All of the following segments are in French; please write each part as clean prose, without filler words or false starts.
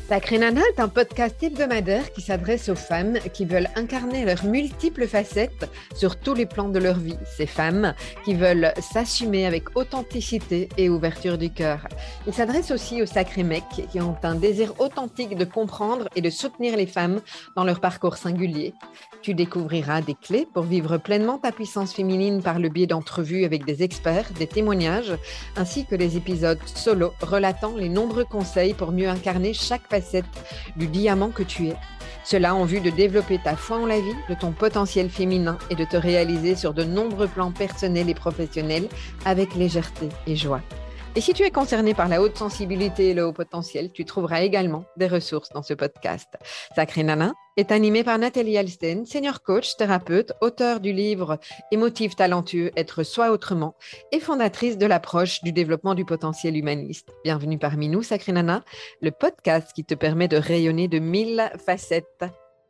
Sacré Nana est un podcast hebdomadaire qui s'adresse aux femmes qui veulent incarner leurs multiples facettes sur tous les plans de leur vie. Ces femmes qui veulent s'assumer avec authenticité et ouverture du cœur. Il s'adresse aussi aux sacrés mecs qui ont un désir authentique de comprendre et de soutenir les femmes dans leur parcours singulier. Tu découvriras des clés pour vivre pleinement ta puissance féminine par le biais d'entrevues avec des experts, des témoignages, ainsi que des épisodes solo relatant les nombreux conseils pour mieux incarner chaque facette du diamant que tu es. Cela en vue de développer ta foi en la vie, de ton potentiel féminin et de te réaliser sur de nombreux plans personnels et professionnels avec légèreté et joie. Et si tu es concerné par la haute sensibilité et le haut potentiel, tu trouveras également des ressources dans ce podcast. Sacré Nana est animé par Nathalie Alsten, senior coach, thérapeute, auteure du livre Émotif talentueux, être soi autrement et fondatrice de l'approche du développement du potentiel humaniste. Bienvenue parmi nous, Sacré Nana, le podcast qui te permet de rayonner de 1000 facettes.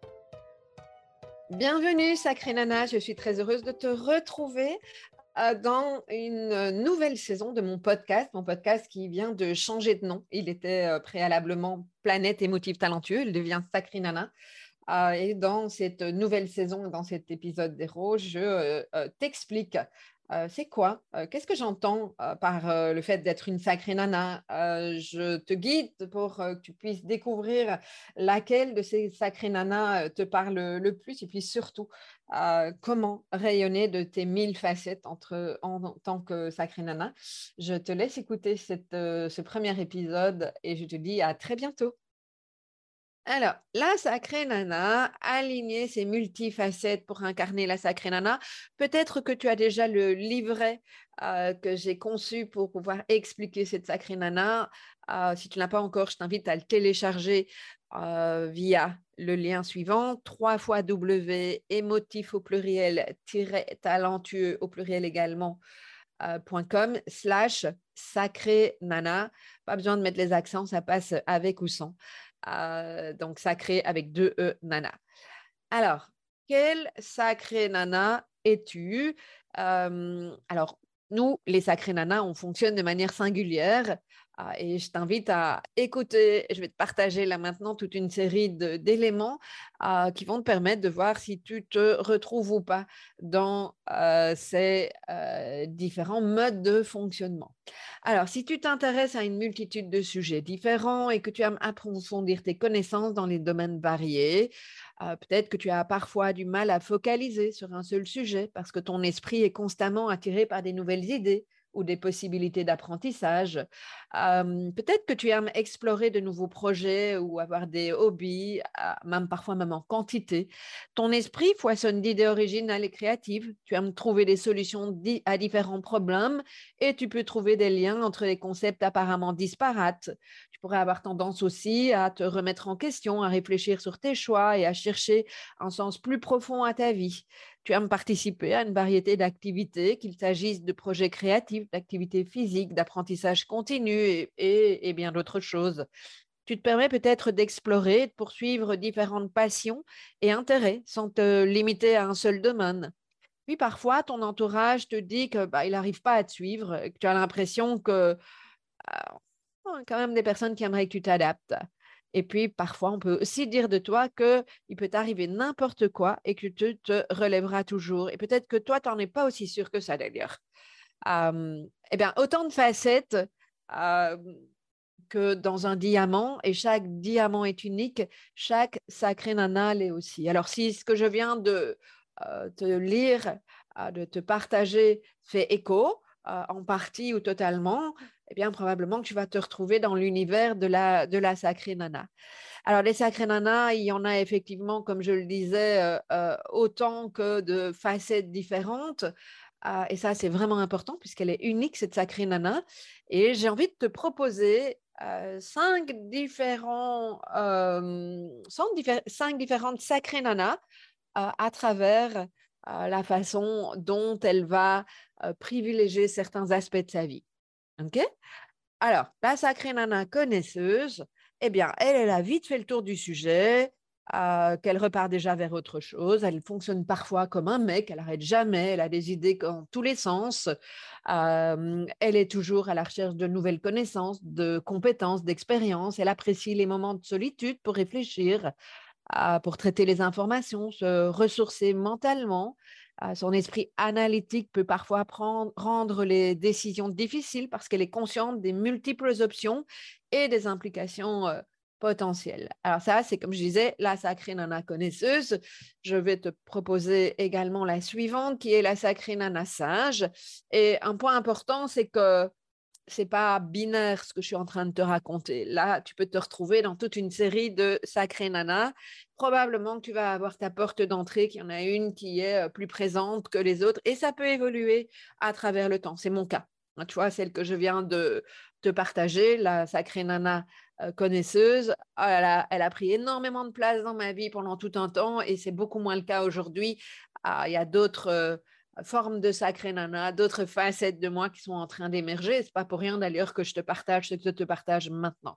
Bienvenue, Sacré Nana, je suis très heureuse de te retrouver dans une nouvelle saison de mon podcast qui vient de changer de nom. Il était préalablement Planète Émotif Talentueux, il devient Sacré Nana. Et dans cette nouvelle saison, dans cet épisode 0, je t'explique c'est quoi, qu'est-ce que j'entends par le fait d'être une sacrée nana. Je te guide pour que tu puisses découvrir laquelle de ces sacrées nanas te parle le plus et puis surtout comment rayonner de tes 1000 facettes en tant que sacrée nana. Je te laisse écouter ce premier épisode et je te dis à très bientôt. Alors, la sacrée nana, aligner ses multifacettes pour incarner la sacrée nana. Peut-être que tu as déjà le livret que j'ai conçu pour pouvoir expliquer cette sacrée nana. Si tu n'as pas encore, je t'invite à le télécharger via le lien suivant, 3 émotif au pluriel, talentueux au pluriel également, .com/sacrée nana. Pas besoin de mettre les accents, ça passe avec ou sans. Donc sacré avec 2 E, nana. Alors, quelle sacrée nana es-tu? Alors, nous, les sacrés nanas, on fonctionne de manière singulière et je t'invite à écouter. Je vais te partager là maintenant toute une série d'éléments qui vont te permettre de voir si tu te retrouves ou pas dans ces différents modes de fonctionnement. Alors, si tu t'intéresses à une multitude de sujets différents et que tu aimes approfondir tes connaissances dans les domaines variés, peut-être que tu as parfois du mal à focaliser sur un seul sujet parce que ton esprit est constamment attiré par des nouvelles idées ou des possibilités d'apprentissage. Peut-être que tu aimes explorer de nouveaux projets ou avoir des hobbies, parfois même en quantité. Ton esprit foisonne d'idées originales et créatives. Tu aimes trouver des solutions à différents problèmes et tu peux trouver des liens entre les concepts apparemment disparates. Tu pourrais avoir tendance aussi à te remettre en question, à réfléchir sur tes choix et à chercher un sens plus profond à ta vie. Tu aimes participer à une variété d'activités, qu'il s'agisse de projets créatifs, d'activités physiques, d'apprentissage continu et bien d'autres choses. Tu te permets peut-être d'explorer, de poursuivre différentes passions et intérêts sans te limiter à un seul domaine. Puis parfois, ton entourage te dit que il n'arrive pas à te suivre, que tu as l'impression que quand même des personnes qui aimeraient que tu t'adaptes. Et puis, parfois, on peut aussi dire de toi qu'il peut t'arriver n'importe quoi et que tu te relèveras toujours. Et peut-être que toi, tu n'en es pas aussi sûr que ça, d'ailleurs. Eh bien, autant de facettes que dans un diamant, et chaque diamant est unique, chaque sacré nana l'est aussi. Alors, si ce que je viens de te lire, de te partager, fait écho, en partie ou totalement, eh bien, probablement que tu vas te retrouver dans l'univers de la sacrée nana. Alors, les sacrées nanas, il y en a effectivement, comme je le disais, autant que de facettes différentes. Et ça, c'est vraiment important puisqu'elle est unique, cette sacrée nana. Et j'ai envie de te proposer cinq différentes sacrées nanas à travers la façon dont elle va privilégier certains aspects de sa vie. OK? Alors, la sacrée nana connaisseuse, eh bien, elle a vite fait le tour du sujet. qu'elle repart déjà vers autre chose. Elle fonctionne parfois comme un mec, elle n'arrête jamais, elle a des idées dans tous les sens. Elle est toujours à la recherche de nouvelles connaissances, de compétences, d'expériences. Elle apprécie les moments de solitude pour réfléchir, pour traiter les informations, se ressourcer mentalement. Son esprit analytique peut parfois rendre les décisions difficiles parce qu'elle est consciente des multiples options et des implications potentielles. Alors ça, c'est comme je disais, la sacrée nana connaisseuse. Je vais te proposer également la suivante, qui est la sacrée nana sage. Et un point important, c'est que c'est pas binaire ce que je suis en train de te raconter. Là, tu peux te retrouver dans toute une série de sacrées nanas. Probablement que tu vas avoir ta porte d'entrée, qu'il y en a une qui est plus présente que les autres, et ça peut évoluer à travers le temps. C'est mon cas. Tu vois, celle que je viens de te partager, la sacrée nana connaisseuse, elle a pris énormément de place dans ma vie pendant tout un temps, et c'est beaucoup moins le cas aujourd'hui. Il y a d'autres formes de sacrée nana, d'autres facettes de moi qui sont en train d'émerger. C'est pas pour rien d'ailleurs que je te partage ce que je te partage maintenant.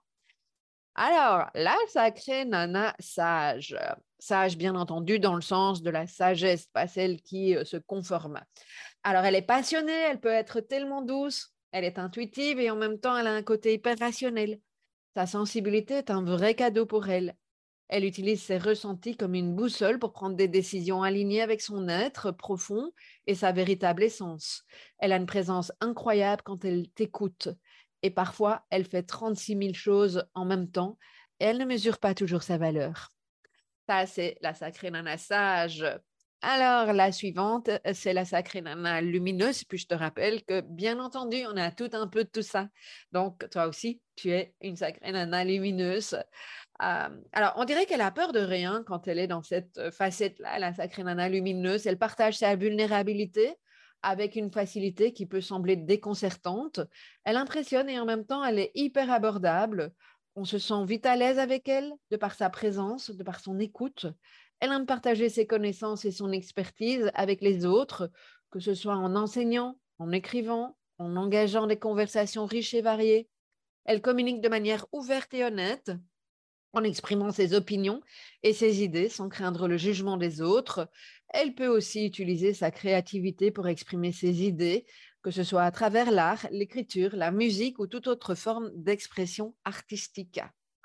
Alors, la sacrée nana sage, sage bien entendu dans le sens de la sagesse, pas celle qui se conforme. Alors, elle est passionnée, elle peut être tellement douce, elle est intuitive et en même temps, elle a un côté hyper rationnel. Sa sensibilité est un vrai cadeau pour elle. Elle utilise ses ressentis comme une boussole pour prendre des décisions alignées avec son être profond et sa véritable essence. Elle a une présence incroyable quand elle t'écoute. Et parfois, elle fait 36 000 choses en même temps et elle ne mesure pas toujours sa valeur. Ça, c'est la sacrée nana sage. Alors, la suivante, c'est la sacrée nana lumineuse. Puis je te rappelle que, bien entendu, on a tout un peu de tout ça. Donc, toi aussi, tu es une sacrée nana lumineuse. Alors, on dirait qu'elle a peur de rien quand elle est dans cette facette-là, la sacrée nana lumineuse. Elle partage sa vulnérabilité avec une facilité qui peut sembler déconcertante. Elle impressionne et en même temps, elle est hyper abordable. On se sent vite à l'aise avec elle, de par sa présence, de par son écoute. Elle aime partager ses connaissances et son expertise avec les autres, que ce soit en enseignant, en écrivant, en engageant des conversations riches et variées. Elle communique de manière ouverte et honnête, en exprimant ses opinions et ses idées sans craindre le jugement des autres. Elle peut aussi utiliser sa créativité pour exprimer ses idées, que ce soit à travers l'art, l'écriture, la musique ou toute autre forme d'expression artistique.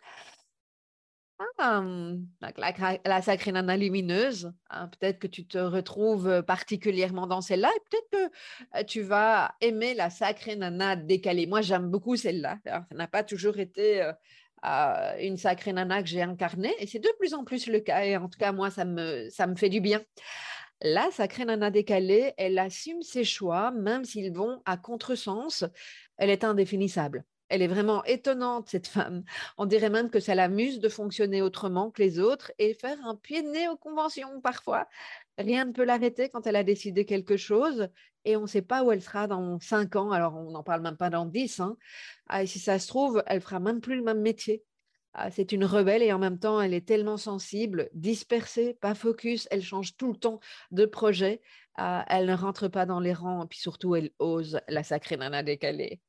Donc la sacrée nana lumineuse, hein, peut-être que tu te retrouves particulièrement dans celle-là et peut-être que tu vas aimer la sacrée nana décalée. Moi, j'aime beaucoup celle-là. Alors, ça n'a pas toujours été une sacrée nana que j'ai incarnée et c'est de plus en plus le cas. Et en tout cas, moi, ça me fait du bien. La sacrée nana décalée, elle assume ses choix, même s'ils vont à contresens. Elle est indéfinissable. Elle est vraiment étonnante, cette femme. On dirait même que ça l'amuse de fonctionner autrement que les autres et faire un pied de nez aux conventions parfois. Rien ne peut l'arrêter quand elle a décidé quelque chose et on ne sait pas où elle sera dans 5 ans. Alors, on n'en parle même pas dans 10. Hein. Et si ça se trouve, elle fera même plus le même métier. C'est une rebelle et en même temps, elle est tellement sensible, dispersée, pas focus. Elle change tout le temps de projet. Elle ne rentre pas dans les rangs. Puis surtout, elle ose la sacrée nana décalée.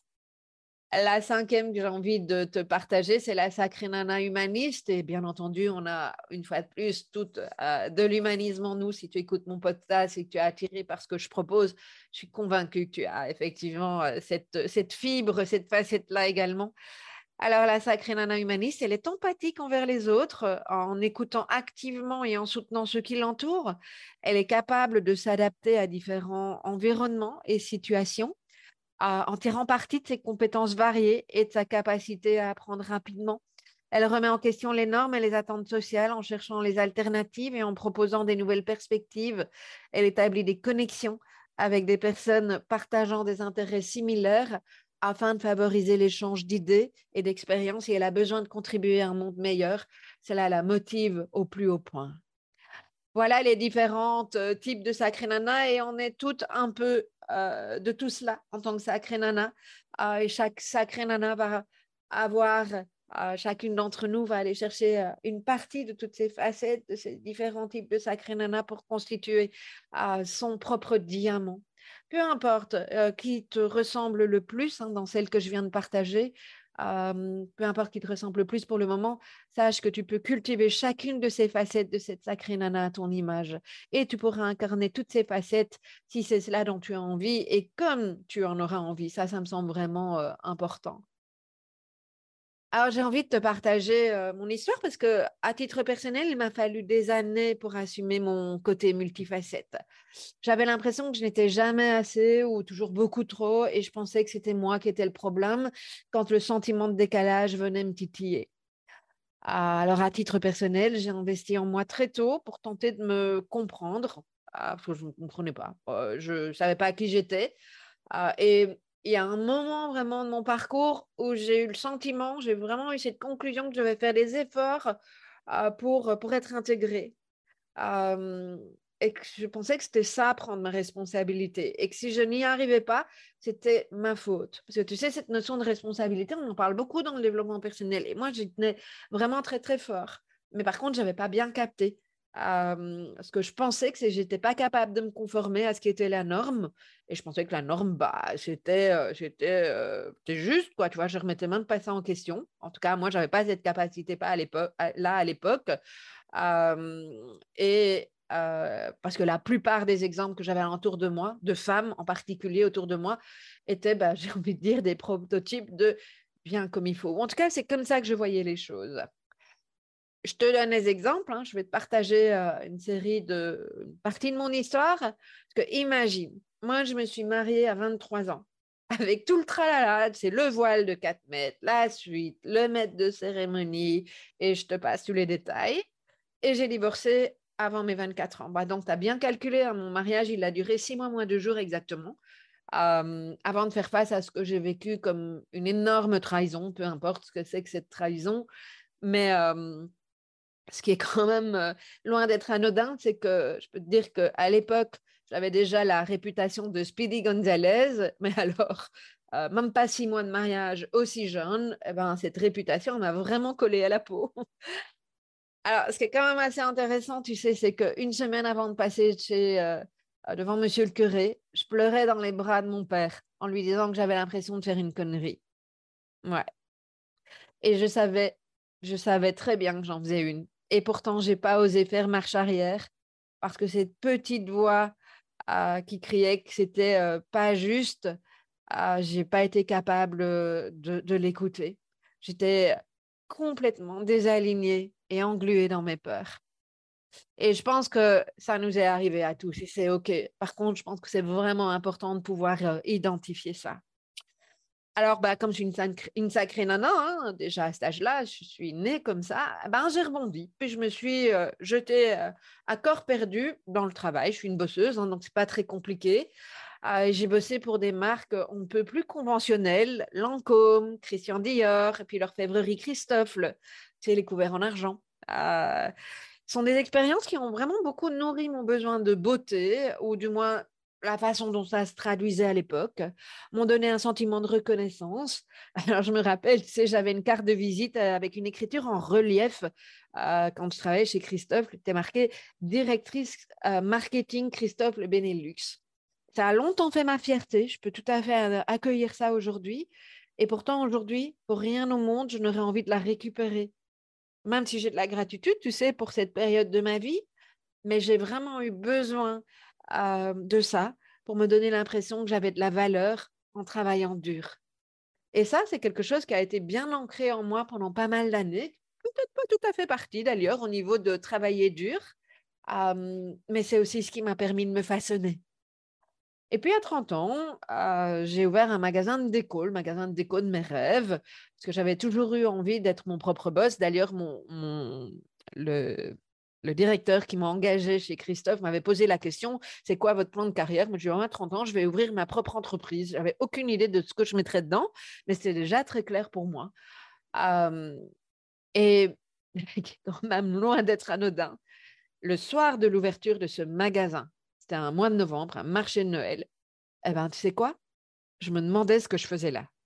La cinquième que j'ai envie de te partager, c'est la sacrée nana humaniste. Et bien entendu, on a une fois de plus tout de l'humanisme en nous. Si tu écoutes mon podcast et que tu es attiré par ce que je propose, je suis convaincue que tu as effectivement cette fibre, cette facette-là également. Alors, la sacrée nana humaniste, elle est empathique envers les autres en écoutant activement et en soutenant ceux qui l'entourent. Elle est capable de s'adapter à différents environnements et situations en tirant parti de ses compétences variées et de sa capacité à apprendre rapidement. Elle remet en question les normes et les attentes sociales en cherchant les alternatives et en proposant des nouvelles perspectives. Elle établit des connexions avec des personnes partageant des intérêts similaires afin de favoriser l'échange d'idées et d'expériences et elle a besoin de contribuer à un monde meilleur. Cela la motive au plus haut point. Voilà les différents types de sacré nana et on est toutes un peu de tout cela en tant que sacré nana. Et chaque sacré nana va avoir, chacune d'entre nous va aller chercher une partie de toutes ces facettes, de ces différents types de sacré nana pour constituer son propre diamant. Peu importe qui te ressemble le plus hein, dans celle que je viens de partager, peu importe qui te ressemble le plus pour le moment, sache que tu peux cultiver chacune de ces facettes de cette sacrée nana à ton image et tu pourras incarner toutes ces facettes si c'est cela dont tu as envie et comme tu en auras envie. Ça me semble vraiment important. Alors, j'ai envie de te partager mon histoire parce que, à titre personnel, il m'a fallu des années pour assumer mon côté multifacette. J'avais l'impression que je n'étais jamais assez ou toujours beaucoup trop et je pensais que c'était moi qui étais le problème quand le sentiment de décalage venait me titiller. Alors, à titre personnel, j'ai investi en moi très tôt pour tenter de me comprendre parce que je ne me comprenais pas. Je ne savais pas qui j'étais. Et il y a un moment vraiment de mon parcours où j'ai eu le sentiment, j'ai vraiment eu cette conclusion que je devais faire des efforts pour être intégrée. Euh, et que je pensais que c'était ça, prendre mes responsabilités. Et que si je n'y arrivais pas, c'était ma faute. Parce que tu sais, cette notion de responsabilité, on en parle beaucoup dans le développement personnel. Et moi, j'y tenais vraiment très, très fort. Mais par contre, je n'avais pas bien capté. Ce que je pensais que j'étais pas capable de me conformer à ce qui était la norme. Et je pensais que la norme, bah, c'était juste, quoi. Tu vois, je remettais même pas ça en question. En tout cas, moi, j'avais pas cette capacité pas à l'époque, là, à l'époque. Parce que la plupart des exemples que j'avais autour de moi, de femmes en particulier autour de moi, étaient, bah, j'ai envie de dire, des prototypes de bien comme il faut. Ou en tout cas, c'est comme ça que je voyais les choses. Je te donne des exemples, hein. Je vais te partager une partie de mon histoire. Parce que imagine, moi, je me suis mariée à 23 ans. Avec tout le tralala, c'est le voile de 4 mètres, la suite, le maître de cérémonie, et je te passe tous les détails. Et j'ai divorcé avant mes 24 ans. Bah, donc, tu as bien calculé, hein, mon mariage, il a duré 6 mois, moins 2 jours exactement, avant de faire face à ce que j'ai vécu comme une énorme trahison, peu importe ce que c'est que cette trahison. Mais ce qui est quand même loin d'être anodin, c'est que je peux te dire qu'à l'époque, j'avais déjà la réputation de Speedy Gonzalez, mais alors, même pas 6 mois de mariage aussi jeune, eh ben, cette réputation m'a vraiment collé à la peau. Alors, ce qui est quand même assez intéressant, tu sais, c'est qu'une semaine avant de passer devant Monsieur le curé, je pleurais dans les bras de mon père en lui disant que j'avais l'impression de faire une connerie. Ouais. Et je savais très bien que j'en faisais une. Et pourtant, j'ai pas osé faire marche arrière parce que cette petite voix qui criait que c'était pas juste, j'ai pas été capable de l'écouter. J'étais complètement désalignée et engluée dans mes peurs. Et je pense que ça nous est arrivé à tous et c'est OK. Par contre, je pense que c'est vraiment important de pouvoir identifier ça. Alors, bah, comme je suis une sacrée nana, hein, déjà à cet âge-là, je suis née comme ça, ben, j'ai rebondi. Puis je me suis jetée à corps perdu dans le travail. Je suis une bosseuse, hein, donc c'est pas très compliqué. J'ai bossé pour des marques on ne peut plus conventionnelles, Lancôme, Christian Dior, et puis l'orfèvrerie Christophe, tu sais, les couverts en argent. Ce sont des expériences qui ont vraiment beaucoup nourri mon besoin de beauté, ou du moins la façon dont ça se traduisait à l'époque, m'ont donné un sentiment de reconnaissance. Alors, je me rappelle, tu sais, j'avais une carte de visite avec une écriture en relief quand je travaillais chez Christophe. C'était marqué directrice marketing Christophe le Benelux. Ça a longtemps fait ma fierté. Je peux tout à fait accueillir ça aujourd'hui. Et pourtant, aujourd'hui, pour rien au monde, je n'aurais envie de la récupérer. Même si j'ai de la gratitude, tu sais, pour cette période de ma vie, mais j'ai vraiment eu besoin de ça pour me donner l'impression que j'avais de la valeur en travaillant dur. Et ça, c'est quelque chose qui a été bien ancré en moi pendant pas mal d'années, peut-être pas tout à fait partie d'ailleurs au niveau de travailler dur, mais c'est aussi ce qui m'a permis de me façonner. Et puis à 30 ans, j'ai ouvert un magasin de déco, le magasin de déco de mes rêves, parce que j'avais toujours eu envie d'être mon propre boss. D'ailleurs, le, le directeur qui m'a engagé chez Christophe m'avait posé la question, c'est quoi votre plan de carrière? Moi, je lui ai dit, à 30 ans, je vais ouvrir ma propre entreprise. Je n'avais aucune idée de ce que je mettrais dedans, mais c'était déjà très clair pour moi. Euh, et quand même loin d'être anodin, le soir de l'ouverture de ce magasin, c'était un mois de novembre, un marché de Noël, eh ben, tu sais quoi? Je me demandais ce que je faisais là.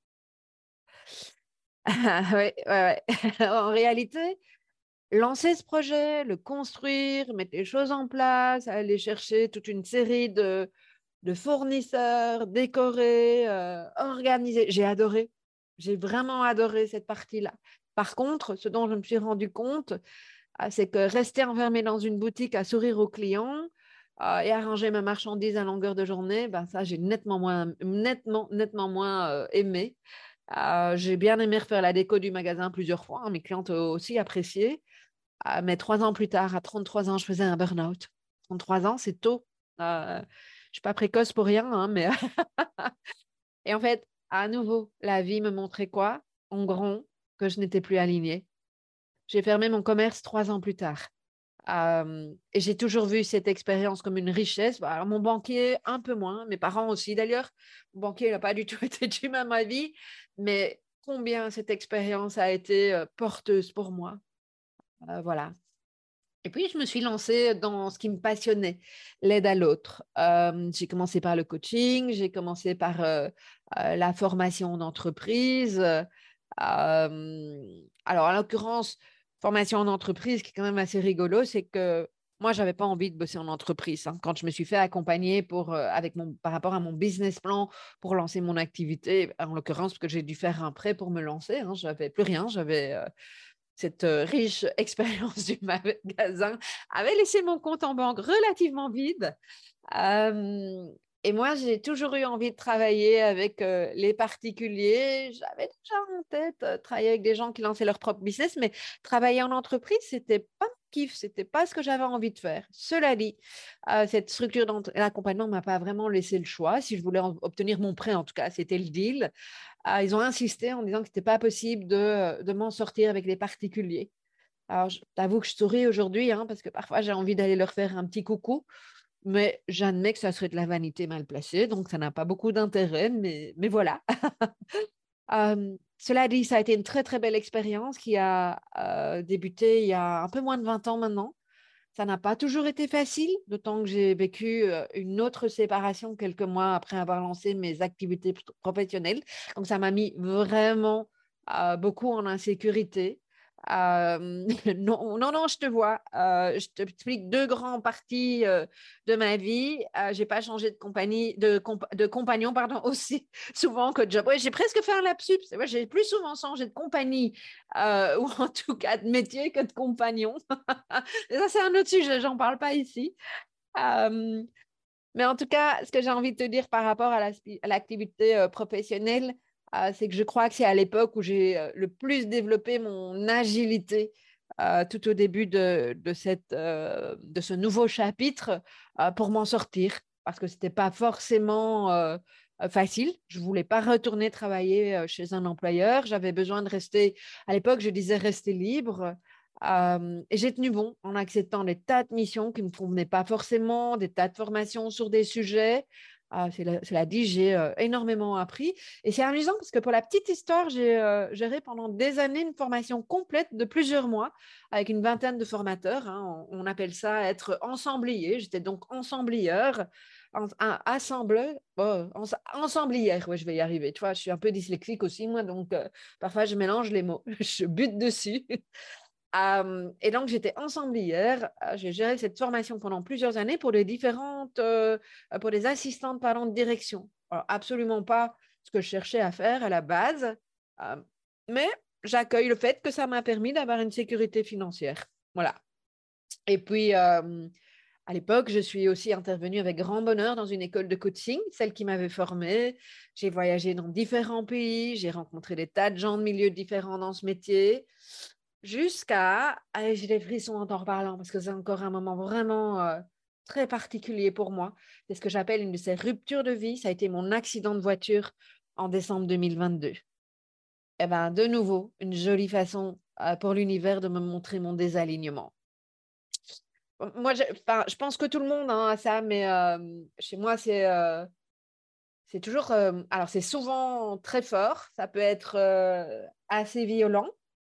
Ouais, ouais, ouais. En réalité, lancer ce projet, le construire, mettre les choses en place, aller chercher toute une série de fournisseurs, décorer, organiser, j'ai adoré. J'ai vraiment adoré cette partie-là. Par contre, ce dont je me suis rendu compte, c'est que rester enfermé dans une boutique à sourire aux clients et à ranger ma marchandise à longueur de journée, ben ça, j'ai nettement moins aimé. J'ai bien aimé refaire la déco du magasin plusieurs fois, hein, mes clientes ont aussi apprécié. Mais 3 ans plus tard, à 33 ans, je faisais un burn-out. 33 ans, c'est tôt. Je ne suis pas précoce pour rien, hein, mais et en fait, à nouveau, la vie me montrait quoi? En grand, que je n'étais plus alignée. J'ai fermé mon commerce 3 ans plus tard. Et j'ai toujours vu cette expérience comme une richesse. Alors, mon banquier, un peu moins, mes parents aussi d'ailleurs. Mon banquier n'a pas du tout été humain à ma vie, mais combien cette expérience a été porteuse pour moi. Voilà. Et puis, je me suis lancée dans ce qui me passionnait, l'aide à l'autre. J'ai commencé par le coaching, j'ai commencé par la formation d'entreprise. Alors, en l'occurrence, formation en entreprise, qui est quand même assez rigolo, c'est que moi, je n'avais pas envie de bosser en entreprise, hein. Quand je me suis fait accompagner par rapport à mon business plan pour lancer mon activité, en l'occurrence, parce que j'ai dû faire un prêt pour me lancer, hein, je n'avais plus rien, j'avais cette riche expérience du magasin avait laissé mon compte en banque relativement vide. Euh, et moi, j'ai toujours eu envie de travailler avec les particuliers. J'avais déjà en tête travailler avec des gens qui lançaient leur propre business, mais travailler en entreprise, c'était pas mon kiff, c'était pas ce que j'avais envie de faire. Cela dit, cette structure d'accompagnement ne m'a pas vraiment laissé le choix. Si je voulais obtenir mon prêt, en tout cas, c'était le deal. Ils ont insisté en disant que ce n'était pas possible de m'en sortir avec les particuliers. Alors, je t'avoue que je souris aujourd'hui, hein, parce que parfois j'ai envie d'aller leur faire un petit coucou, mais j'admets que ça serait de la vanité mal placée, donc ça n'a pas beaucoup d'intérêt, mais voilà. Cela dit, ça a été une très, très belle expérience qui a débuté il y a un peu moins de 20 ans maintenant. Ça n'a pas toujours été facile, d'autant que j'ai vécu une autre séparation quelques mois après avoir lancé mes activités professionnelles. Donc, ça m'a mis vraiment beaucoup en insécurité. Non, non, non, je te vois. Je t'explique 2 grands parties de ma vie. J'ai pas changé de compagnie, de compagnon, pardon, aussi souvent que de job. Ouais, j'ai presque fait un lapsus. C'est vrai, j'ai plus souvent changé de compagnie ou en tout cas de métier que de compagnon. Et ça, c'est un autre sujet, j'en parle pas ici. Euh, mais en tout cas, ce que j'ai envie de te dire par rapport à l'activité professionnelle, c'est que je crois que c'est à l'époque où j'ai le plus développé mon agilité tout au début de ce nouveau chapitre pour m'en sortir, parce que ce n'était pas forcément facile. Je ne voulais pas retourner travailler chez un employeur. J'avais besoin de rester, à l'époque, je disais rester libre. Et j'ai tenu bon en acceptant des tas de missions qui ne me convenaient pas forcément, des tas de formations sur des sujets. Cela dit, j'ai énormément appris. Et c'est amusant parce que pour la petite histoire, j'ai géré pendant des années une formation complète de plusieurs mois avec une vingtaine de formateurs, hein. On appelle ça être ensemblier. J'étais donc ensemblière, assembleur, ensemblière. Ouais, je vais y arriver. Tu vois, je suis un peu dyslexique aussi, moi, donc parfois je mélange les mots. Je bute dessus. Et donc, j'étais ensemblière. J'ai géré cette formation pendant plusieurs années pour des assistantes parlant de direction. Alors, absolument pas ce que je cherchais à faire à la base, euh, mais j'accueille le fait que ça m'a permis d'avoir une sécurité financière. Voilà. Et puis, à l'époque, je suis aussi intervenue avec grand bonheur dans une école de coaching, celle qui m'avait formée. J'ai voyagé dans différents pays, j'ai rencontré des tas de gens de milieux différents dans ce métier. Allez, j'ai des frissons en t'en reparlant parce que c'est encore un moment vraiment très particulier pour moi. C'est ce que j'appelle une de ces ruptures de vie. Ça a été mon accident de voiture en décembre 2022. Et bien, de nouveau, une jolie façon pour l'univers de me montrer mon désalignement. Moi, je pense que tout le monde hein, a ça, mais chez moi, c'est toujours. Alors, c'est souvent très fort. Ça peut être assez violent.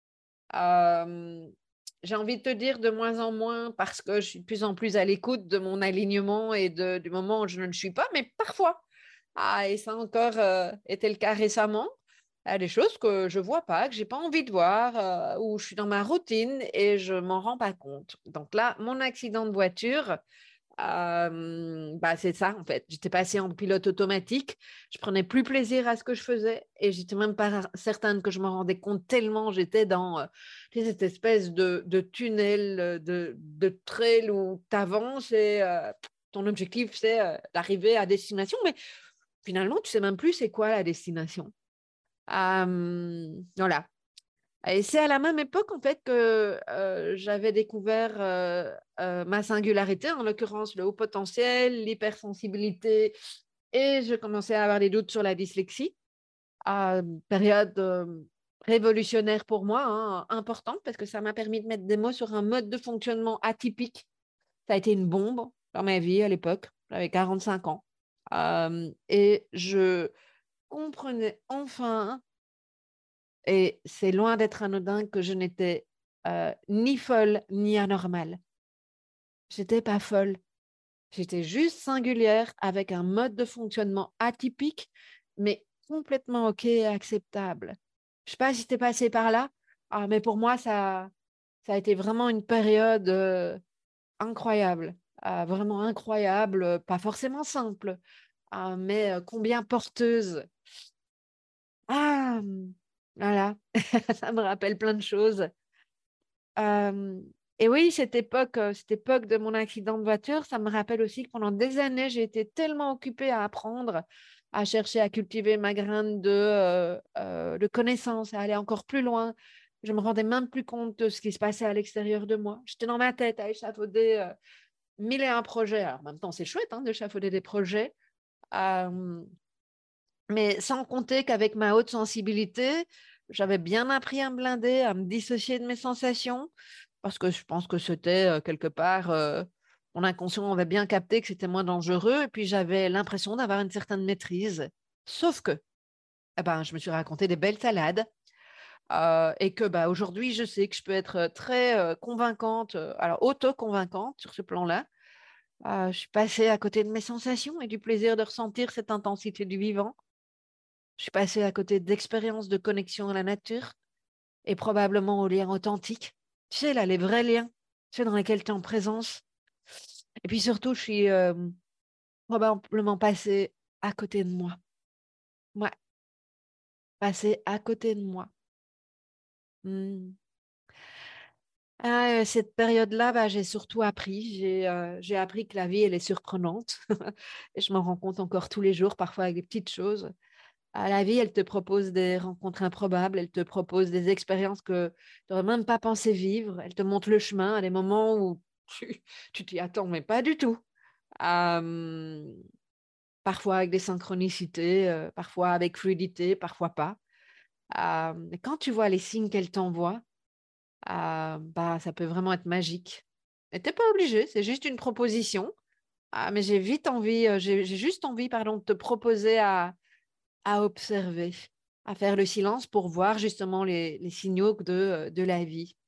Euh, j'ai envie de te dire de moins en moins parce que je suis de plus en plus à l'écoute de mon alignement et du moment où je ne le suis pas, mais parfois. Et ça a encore été le cas récemment. Il y a des choses que je ne vois pas, que je n'ai pas envie de voir, où je suis dans ma routine et je ne m'en rends pas compte. Donc là, mon accident de voiture, C'est ça, en fait. J'étais passée en pilote automatique. Je prenais plus plaisir à ce que je faisais et j'étais même pas certaine que je me rendais compte tellement j'étais dans cette espèce de tunnel, de trail où tu avances et ton objectif, c'est d'arriver à destination. Mais finalement, tu sais même plus c'est quoi la destination. Voilà. Et c'est à la même époque, en fait, que j'avais découvert ma singularité, en l'occurrence le haut potentiel, l'hypersensibilité, et je commençais à avoir des doutes sur la dyslexie. Période révolutionnaire pour moi, hein, importante, parce que ça m'a permis de mettre des mots sur un mode de fonctionnement atypique. Ça a été une bombe dans ma vie à l'époque. J'avais 45 ans. Et je comprenais enfin, et c'est loin d'être anodin, que je n'étais ni folle ni anormale. J'étais pas folle. J'étais juste singulière avec un mode de fonctionnement atypique, mais complètement OK et acceptable. Je sais pas si t'es passé par là, mais pour moi, ça a été vraiment une période incroyable, vraiment incroyable, pas forcément simple, mais combien porteuse. Ah, voilà, ça me rappelle plein de choses. Euh, et oui, cette époque de mon accident de voiture, ça me rappelle aussi que pendant des années, j'ai été tellement occupée à apprendre, à chercher à cultiver ma graine de connaissances, à aller encore plus loin. Je me rendais même plus compte de ce qui se passait à l'extérieur de moi. J'étais dans ma tête à échafauder mille et un projets. Alors, en même temps, c'est chouette hein, d'échafauder des projets, euh, mais sans compter qu'avec ma haute sensibilité, j'avais bien appris à me blinder, à me dissocier de mes sensations, parce que je pense que c'était quelque part, mon inconscient avait bien capté que c'était moins dangereux, et puis j'avais l'impression d'avoir une certaine maîtrise. Sauf que, eh ben, je me suis raconté des belles salades, et que bah, aujourd'hui, je sais que je peux être très convaincante, alors auto-convaincante sur ce plan-là. Je suis passée à côté de mes sensations et du plaisir de ressentir cette intensité du vivant. Je suis passée à côté d'expériences de connexion à la nature et probablement aux liens authentiques. Tu sais, là, les vrais liens, ceux dans lesquels tu es en présence. Et puis surtout, je suis probablement passée à côté de moi. Ouais, passée à côté de moi. Hmm. Cette période-là, bah, j'ai surtout appris. J'ai appris que la vie, elle est surprenante. Et je m'en rends compte encore tous les jours, parfois avec des petites choses. La vie, elle te propose des rencontres improbables, elle te propose des expériences que tu n'aurais même pas pensé vivre. Elle te montre le chemin à des moments où tu t'y attends, mais pas du tout. Euh, Parfois avec des synchronicités, parfois avec fluidité, parfois pas. Mais quand tu vois les signes qu'elle t'envoie, bah, ça peut vraiment être magique. Et t'es pas obligé, c'est juste une proposition. Mais j'ai vite envie, j'ai juste envie, pardon, de te proposer à observer, à faire le silence pour voir justement les signaux de la vie.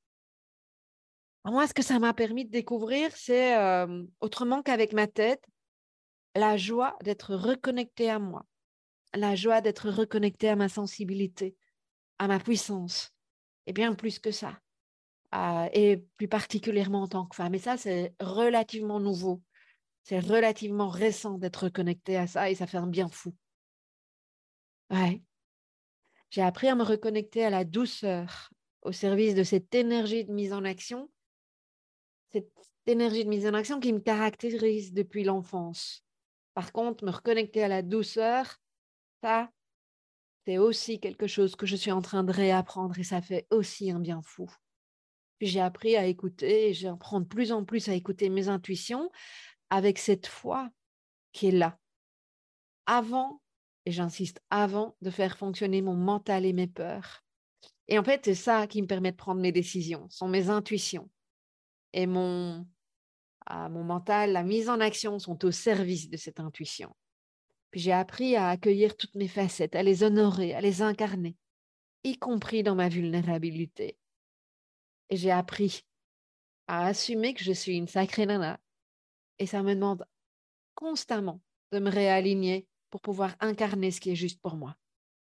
Moi, ce que ça m'a permis de découvrir, c'est autrement qu'avec ma tête, la joie d'être reconnectée à moi, la joie d'être reconnectée à ma sensibilité, à ma puissance, et bien plus que ça. Et plus particulièrement en tant que femme. Et ça, c'est relativement nouveau. C'est relativement récent d'être reconnectée à ça et ça fait un bien fou. Ouais. J'ai appris à me reconnecter à la douceur au service de cette énergie de mise en action, cette énergie de mise en action qui me caractérise depuis l'enfance. Par contre, me reconnecter à la douceur, ça, c'est aussi quelque chose que je suis en train de réapprendre et ça fait aussi un bien fou. Puis j'ai appris à écouter et j'apprends de plus en plus à écouter mes intuitions avec cette foi qui est là. Avant, et j'insiste, avant de faire fonctionner mon mental et mes peurs. Et en fait, c'est ça qui me permet de prendre mes décisions, sont mes intuitions. Et mon mental, la mise en action sont au service de cette intuition. Puis j'ai appris à accueillir toutes mes facettes, à les honorer, à les incarner, y compris dans ma vulnérabilité. Et j'ai appris à assumer que je suis une sacrée nana. Et ça me demande constamment de me réaligner pour pouvoir incarner ce qui est juste pour moi.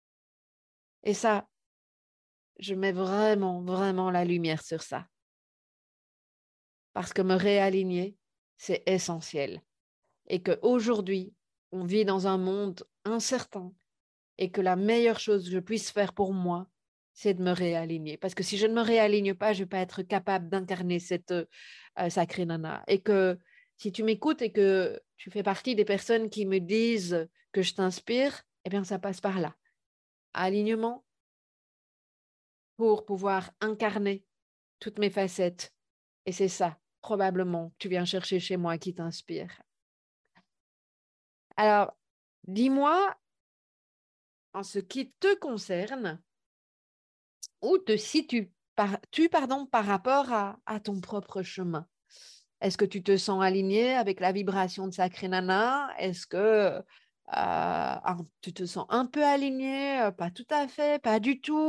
Et ça, je mets vraiment, vraiment la lumière sur ça. Parce que me réaligner, c'est essentiel. Et qu'aujourd'hui, on vit dans un monde incertain et que la meilleure chose que je puisse faire pour moi, c'est de me réaligner. Parce que si je ne me réaligne pas, je ne vais pas être capable d'incarner cette sacrée nana. Et que si tu m'écoutes et que tu fais partie des personnes qui me disent que je t'inspire, eh bien, ça passe par là. Alignement pour pouvoir incarner toutes mes facettes. Et c'est ça, probablement, que tu viens chercher chez moi qui t'inspire. Alors, dis-moi, en ce qui te concerne, où te situes par rapport à ton propre chemin? Est-ce que tu te sens aligné avec la vibration de Sacré Nana? Est-ce que tu te sens un peu aligné? Pas tout à fait, pas du tout.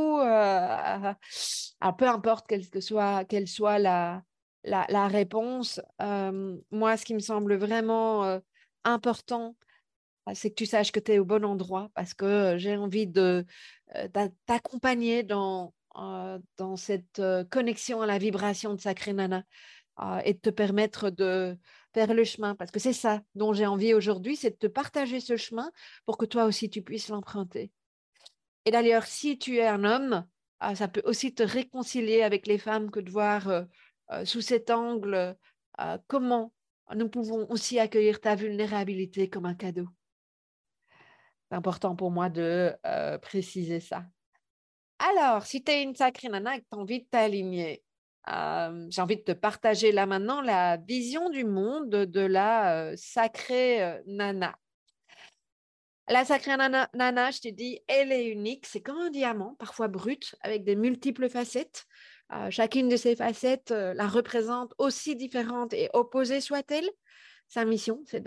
Peu importe quelle soit la réponse. Moi, ce qui me semble vraiment important, c'est que tu saches que tu es au bon endroit parce que j'ai envie t'accompagner dans cette connexion à la vibration de Sacré Nana et de te permettre de faire le chemin. Parce que c'est ça dont j'ai envie aujourd'hui, c'est de te partager ce chemin pour que toi aussi tu puisses l'emprunter. Et d'ailleurs, si tu es un homme, ça peut aussi te réconcilier avec les femmes que de voir sous cet angle comment nous pouvons aussi accueillir ta vulnérabilité comme un cadeau. C'est important pour moi de préciser ça. Alors, si tu es une sacrée nana et que tu as envie de t'aligner, j'ai envie de te partager là maintenant la vision du monde de la sacrée nana. La sacrée nana, je t'ai dit, elle est unique. C'est comme un diamant, parfois brut, avec des multiples facettes. Chacune de ces facettes la représente aussi différente et opposée soit-elle. Sa mission, c'est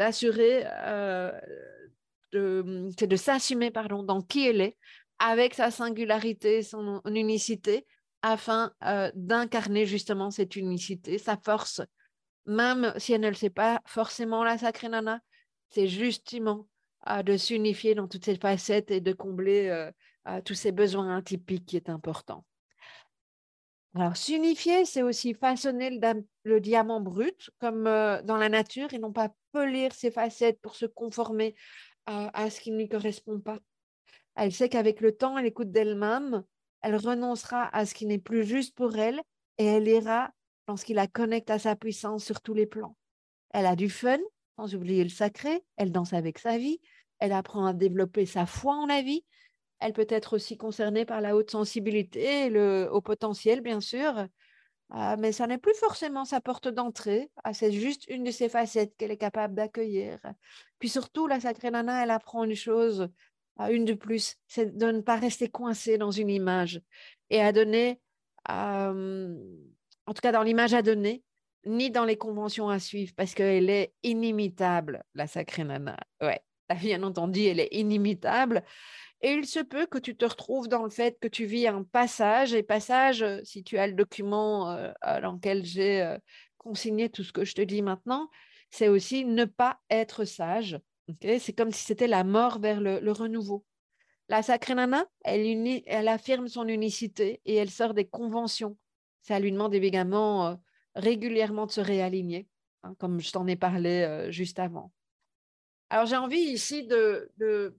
c'est de s'assumer dans qui elle est, avec sa singularité, son unicité, afin d'incarner justement cette unicité, sa force, même si elle ne le sait pas forcément, la sacrée nana, c'est justement de s'unifier dans toutes ces facettes et de combler tous ces besoins atypiques qui est important. Alors, s'unifier, c'est aussi façonner le diamant brut, comme dans la nature, et non pas polir ses facettes pour se conformer à ce qui ne lui correspond pas. Elle sait qu'avec le temps, elle écoute d'elle-même, elle renoncera à ce qui n'est plus juste pour elle, et elle ira dans ce qui la connecte à sa puissance sur tous les plans. Elle a du fun, sans oublier le sacré, elle danse avec sa vie, elle apprend à développer sa foi en la vie, elle peut être aussi concernée par la haute sensibilité et le haut potentiel, bien sûr, mais ça n'est plus forcément sa porte d'entrée. C'est juste une de ses facettes qu'elle est capable d'accueillir. Puis surtout, la sacrée nana, elle apprend une chose, une de plus, c'est de ne pas rester coincée dans une image et à donner, en tout cas dans l'image à donner, ni dans les conventions à suivre, parce qu'elle est inimitable, la sacrée nana. Ouais, t'as bien entendu, elle est inimitable. Et il se peut que tu te retrouves dans le fait que tu vis un passage, et passage, si tu as le document dans lequel j'ai consigné tout ce que je te dis maintenant, c'est aussi ne pas être sage. Okay, c'est comme si c'était la mort vers le renouveau. La sacrée nana, elle affirme son unicité et elle sort des conventions. Ça lui demande évidemment régulièrement de se réaligner, hein, comme je t'en ai parlé juste avant. Alors j'ai envie ici de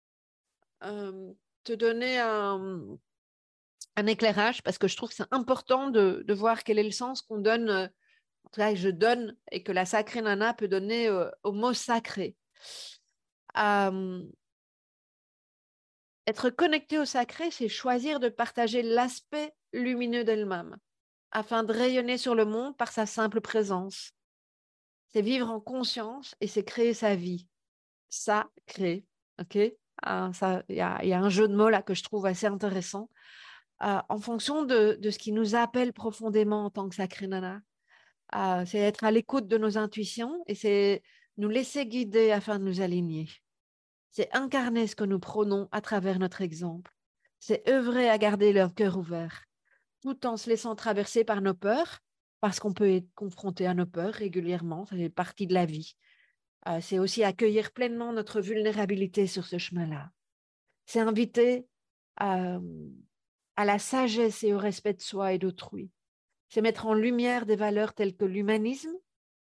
te donner un éclairage parce que je trouve que c'est important de voir quel est le sens qu'on donne, en tout cas que je donne et que la sacrée nana peut donner au mot sacré. Euh, Être connecté au sacré, c'est choisir de partager l'aspect lumineux d'elle-même afin de rayonner sur le monde par sa simple présence. C'est vivre en conscience et c'est créer sa vie. Sacré, ok? Il y a un jeu de mots là que je trouve assez intéressant. En fonction de ce qui nous appelle profondément en tant que sacré nana. C'est être à l'écoute de nos intuitions et c'est nous laisser guider afin de nous aligner. C'est incarner ce que nous prônons à travers notre exemple. C'est œuvrer à garder leur cœur ouvert, tout en se laissant traverser par nos peurs, parce qu'on peut être confronté à nos peurs régulièrement, ça fait partie de la vie. C'est aussi accueillir pleinement notre vulnérabilité sur ce chemin-là. C'est inviter à la sagesse et au respect de soi et d'autrui. C'est mettre en lumière des valeurs telles que l'humanisme,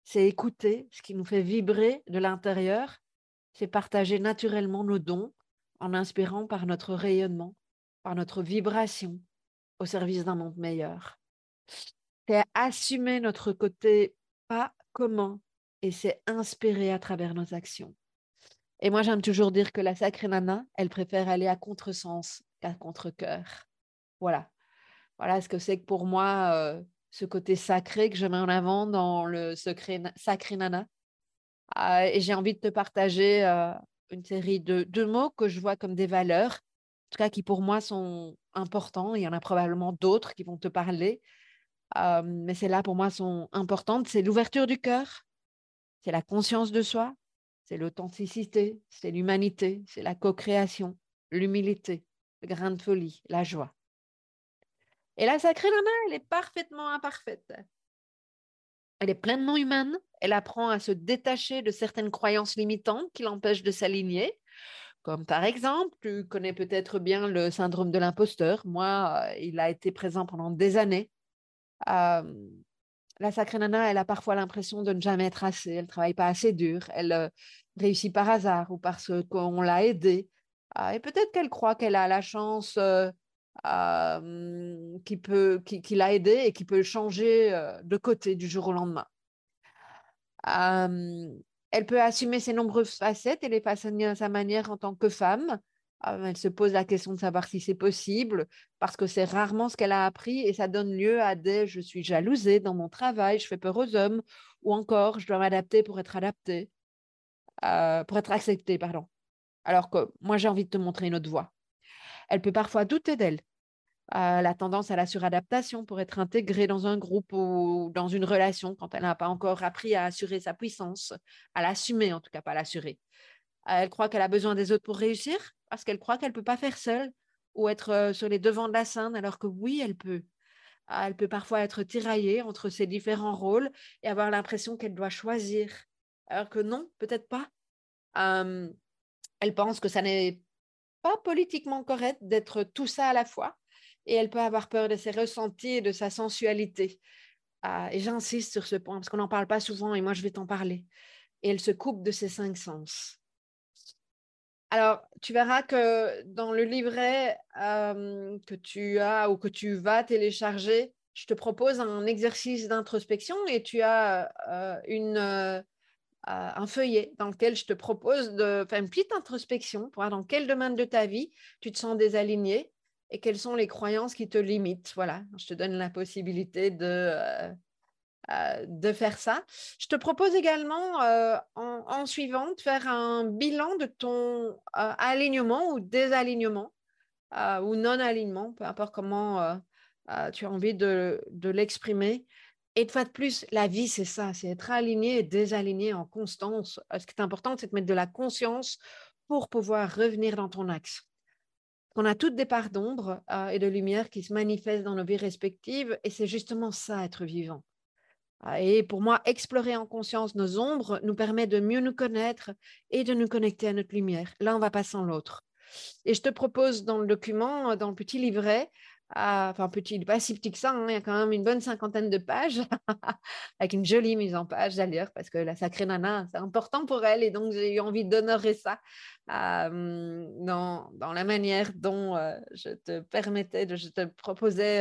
c'est écouter ce qui nous fait vibrer de l'intérieur, c'est partager naturellement nos dons en inspirant par notre rayonnement, par notre vibration au service d'un monde meilleur. C'est assumer notre côté pas commun et c'est inspirer à travers nos actions. Et moi, j'aime toujours dire que la sacrée nana, elle préfère aller à contresens qu'à contre-cœur. Voilà. Voilà ce que c'est que pour moi ce côté sacré que je mets en avant dans le sacré nana. Et j'ai envie de te partager une série de mots que je vois comme des valeurs, en tout cas qui pour moi sont importants. Il y en a probablement d'autres qui vont te parler, mais celles-là pour moi sont importantes. C'est l'ouverture du cœur, c'est la conscience de soi, c'est l'authenticité, c'est l'humanité, c'est la co-création, l'humilité, le grain de folie, la joie. Et la sacrée nana, elle est parfaitement imparfaite. Elle est pleinement humaine. Elle apprend à se détacher de certaines croyances limitantes qui l'empêchent de s'aligner. Comme par exemple, tu connais peut-être bien le syndrome de l'imposteur. Moi, il a été présent pendant des années. Euh, la sacrée nana, elle a parfois l'impression de ne jamais être assez. Elle ne travaille pas assez dur. Elle réussit par hasard ou parce qu'on l'a aidée. Et peut-être qu'elle croit qu'elle a la chance qui l'a aidée et qui peut changer de côté du jour au lendemain. Euh, Elle peut assumer ses nombreuses facettes et les façonner à sa manière en tant que femme. Elle se pose la question de savoir si c'est possible, parce que c'est rarement ce qu'elle a appris et ça donne lieu à des je suis jalousée dans mon travail, je fais peur aux hommes, ou encore je dois m'adapter pour être adaptée, pour être acceptée, pardon. Alors que moi j'ai envie de te montrer une autre voie. Elle peut parfois douter d'elle, la tendance à la suradaptation pour être intégrée dans un groupe ou dans une relation quand elle n'a pas encore appris à assurer sa puissance, à l'assumer en tout cas, pas à l'assurer. Elle croit qu'elle a besoin des autres pour réussir parce qu'elle croit qu'elle ne peut pas faire seule ou être sur les devants de la scène alors que oui, elle peut. Elle peut parfois être tiraillée entre ses différents rôles et avoir l'impression qu'elle doit choisir alors que non, peut-être pas. Euh, Elle pense que ça n'est pas politiquement correct d'être tout ça à la fois et elle peut avoir peur de ses ressentis et de sa sensualité. Et j'insiste sur ce point parce qu'on n'en parle pas souvent et moi je vais t'en parler. Et elle se coupe de ses 5 sens. Alors, tu verras que dans le livret que tu as ou que tu vas télécharger, je te propose un exercice d'introspection et tu as un feuillet dans lequel je te propose de faire une petite introspection pour voir dans quel domaine de ta vie tu te sens désaligné et quelles sont les croyances qui te limitent. Voilà, je te donne la possibilité de faire ça. Je te propose également, en suivant, de faire un bilan de ton alignement ou désalignement ou non-alignement, peu importe comment tu as envie de l'exprimer. Et une fois de plus, la vie, c'est ça, c'est être aligné et désaligné en constance. Ce qui est important, c'est de mettre de la conscience pour pouvoir revenir dans ton axe. On a toutes des parts d'ombre et de lumière qui se manifestent dans nos vies respectives, et c'est justement ça, être vivant. Et pour moi, explorer en conscience nos ombres nous permet de mieux nous connaître et de nous connecter à notre lumière. L'un ne va pas sans l'autre. Et je te propose dans le document, dans le petit livret, enfin petit, pas si petit que ça, hein, il y a quand même une bonne 50aine de pages, avec une jolie mise en page d'ailleurs, parce que la sacrée nana, c'est important pour elle, et donc j'ai eu envie d'honorer ça dans la manière dont je te proposais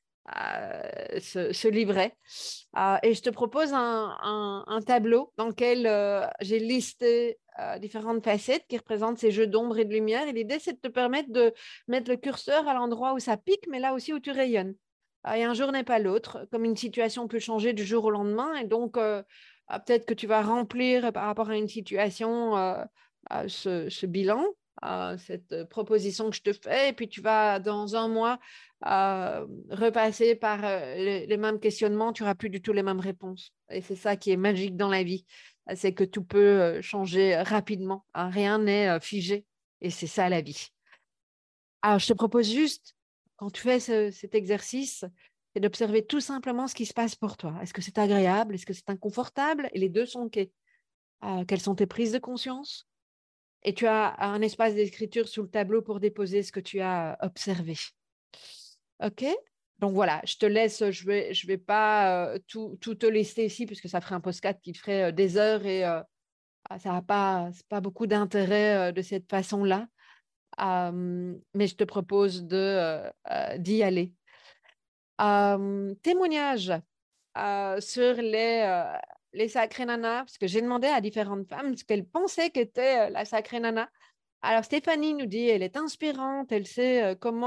ce livret. Et je te propose un tableau dans lequel j'ai listé différentes facettes qui représentent ces jeux d'ombre et de lumière. Et l'idée, c'est de te permettre de mettre le curseur à l'endroit où ça pique, mais là aussi où tu rayonnes. Et un jour n'est pas l'autre, comme une situation peut changer du jour au lendemain. Et donc, peut-être que tu vas remplir par rapport à une situation ce bilan, cette proposition que je te fais. Et puis, tu vas, dans un mois, repasser par les mêmes questionnements, tu n'auras plus du tout les mêmes réponses. Et c'est ça qui est magique dans la vie, c'est que tout peut changer rapidement, hein. Rien n'est figé, et c'est ça la vie. Alors, je te propose juste, quand tu fais cet exercice, c'est d'observer tout simplement ce qui se passe pour toi. Est-ce que c'est agréable? Est-ce que c'est inconfortable? Et les deux sont OK. Quelles sont tes prises de conscience? Et tu as un espace d'écriture sous le tableau pour déposer ce que tu as observé. OK? Donc voilà, je te laisse, je vais pas tout te lister ici, puisque ça ferait un podcast qui ferait des heures et ça n'a pas, c'est pas beaucoup d'intérêt de cette façon-là. Mais je te propose d'y aller. Témoignage sur les sacrées nanas, parce que j'ai demandé à différentes femmes ce qu'elles pensaient qu'était la sacrée nana. Alors Stéphanie nous dit, elle est inspirante, elle sait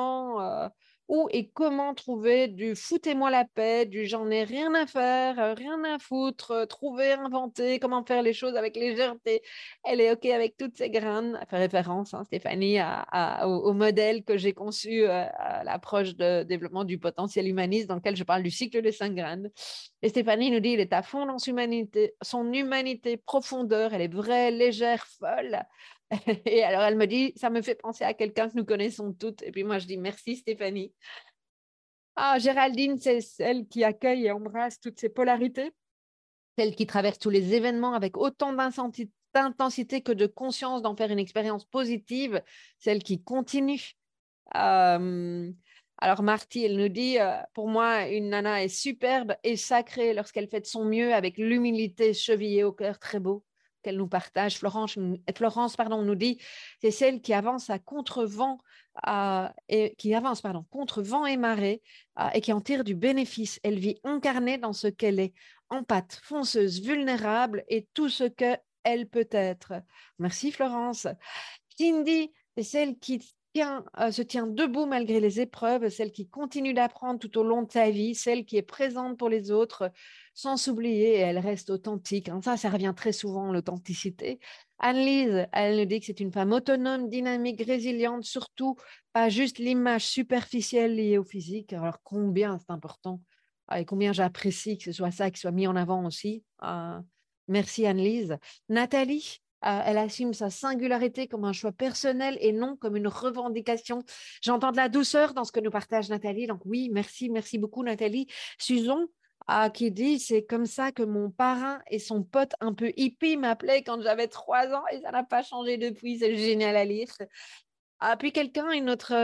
où et comment trouver du foutez-moi la paix, du j'en ai rien à faire, rien à foutre, trouver, inventer, comment faire les choses avec légèreté. Elle est OK avec toutes ces graines. Elle fait référence, hein, Stéphanie, au modèle que j'ai conçu à l'approche de développement du potentiel humaniste dans lequel je parle du cycle des 5 graines. Et Stéphanie nous dit, il est à fond dans son humanité profondeur, elle est vraie, légère, folle. Et alors, elle me dit, ça me fait penser à quelqu'un que nous connaissons toutes. Et puis moi, je dis, merci Stéphanie. Ah, Géraldine, c'est celle qui accueille et embrasse toutes ces polarités, celle qui traverse tous les événements avec autant d'intensité que de conscience d'en faire une expérience positive, celle qui continue. Euh, alors, Marty, elle nous dit, pour moi, une nana est superbe et sacrée lorsqu'elle fait de son mieux avec l'humilité chevillée au cœur, très beau qu'elle nous partage. Florence pardon, nous dit, c'est celle qui avance à contre-vent et qui avance pardon, contre vent et marée et qui en tire du bénéfice. Elle vit incarnée dans ce qu'elle est, empathe, fonceuse, vulnérable et tout ce qu'elle peut être. Merci Florence. Cindy, c'est celle qui se tient debout malgré les épreuves, celle qui continue d'apprendre tout au long de sa vie, celle qui est présente pour les autres sans s'oublier et elle reste authentique. Hein. Ça revient très souvent, l'authenticité. Anne-Lise, elle nous dit que c'est une femme autonome, dynamique, résiliente, surtout pas juste l'image superficielle liée au physique. Alors combien c'est important et combien j'apprécie que ce soit ça qui soit mis en avant aussi. Merci Anne-Lise. Nathalie, elle assume sa singularité comme un choix personnel et non comme une revendication. J'entends de la douceur dans ce que nous partage Nathalie. Donc oui, merci beaucoup Nathalie. Susan, qui dit, c'est comme ça que mon parrain et son pote un peu hippie m'appelaient quand j'avais 3 ans et ça n'a pas changé depuis. C'est génial à lire. Puis quelqu'un,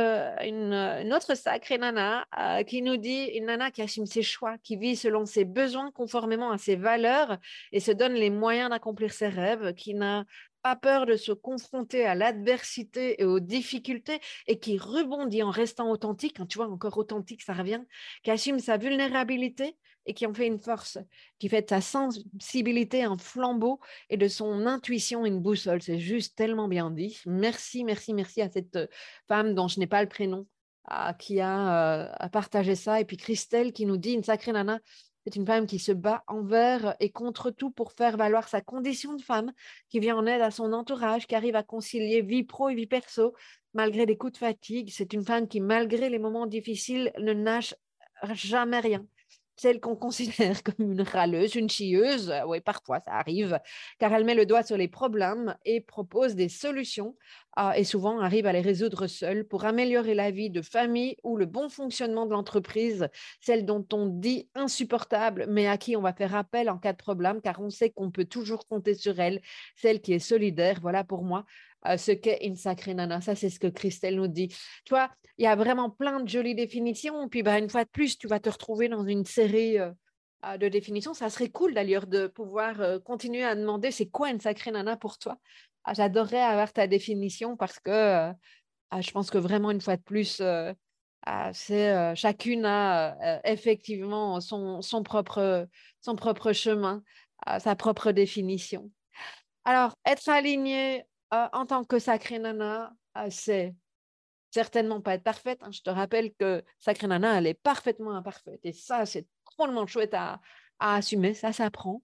une autre sacrée nana, qui nous dit, une nana qui assume ses choix, qui vit selon ses besoins, conformément à ses valeurs et se donne les moyens d'accomplir ses rêves, qui n'a pas peur de se confronter à l'adversité et aux difficultés et qui rebondit en restant authentique, hein, tu vois, encore authentique, ça revient, qui assume sa vulnérabilité et qui en fait une force, qui fait de sa sensibilité un flambeau et de son intuition une boussole. C'est juste tellement bien dit. Merci à cette femme dont je n'ai pas le prénom qui a partagé ça. Et puis Christelle qui nous dit, une sacrée nana, c'est une femme qui se bat envers et contre tout pour faire valoir sa condition de femme, qui vient en aide à son entourage, qui arrive à concilier vie pro et vie perso, malgré des coups de fatigue. C'est une femme qui, malgré les moments difficiles, ne nage jamais rien, celle qu'on considère comme une râleuse, une chieuse, oui, parfois ça arrive, car elle met le doigt sur les problèmes et propose des solutions, et souvent arrive à les résoudre seule pour améliorer la vie de famille ou le bon fonctionnement de l'entreprise, celle dont on dit insupportable, mais à qui on va faire appel en cas de problème, car on sait qu'on peut toujours compter sur elle, celle qui est solidaire. Voilà pour moi ce qu'est une sacrée nana. Ça, c'est ce que Christelle nous dit. Tu vois, il y a vraiment plein de jolies définitions. Puis, une fois de plus, tu vas te retrouver dans une série de définitions. Ça serait cool d'ailleurs de pouvoir continuer à demander c'est quoi une sacrée nana pour toi. J'adorerais avoir ta définition parce que je pense que vraiment, une fois de plus, chacune a effectivement son propre chemin, sa propre définition. Alors, être aligné en tant que sacrée nana, c'est certainement pas être parfaite. Hein. Je te rappelle que Sacrée Nana, elle est parfaitement imparfaite. Et ça, c'est drôlement chouette à assumer. Ça s'apprend.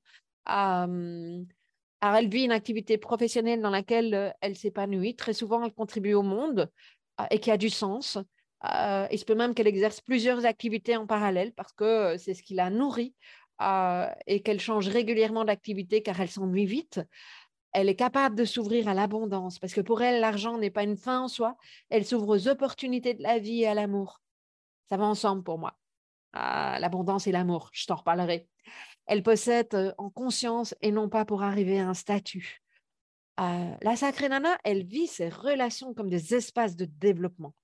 Alors, elle vit une activité professionnelle dans laquelle elle s'épanouit. Très souvent, elle contribue au monde et qui a du sens. Il se peut même qu'elle exerce plusieurs activités en parallèle parce que c'est ce qui la nourrit et qu'elle change régulièrement d'activité car elle s'ennuie vite. Elle est capable de s'ouvrir à l'abondance parce que pour elle, l'argent n'est pas une fin en soi. Elle s'ouvre aux opportunités de la vie et à l'amour. Ça va ensemble pour moi. L'abondance et l'amour, je t'en reparlerai. Elle possède en conscience et non pas pour arriver à un statut. La sacrée nana, elle vit ses relations comme des espaces de développement.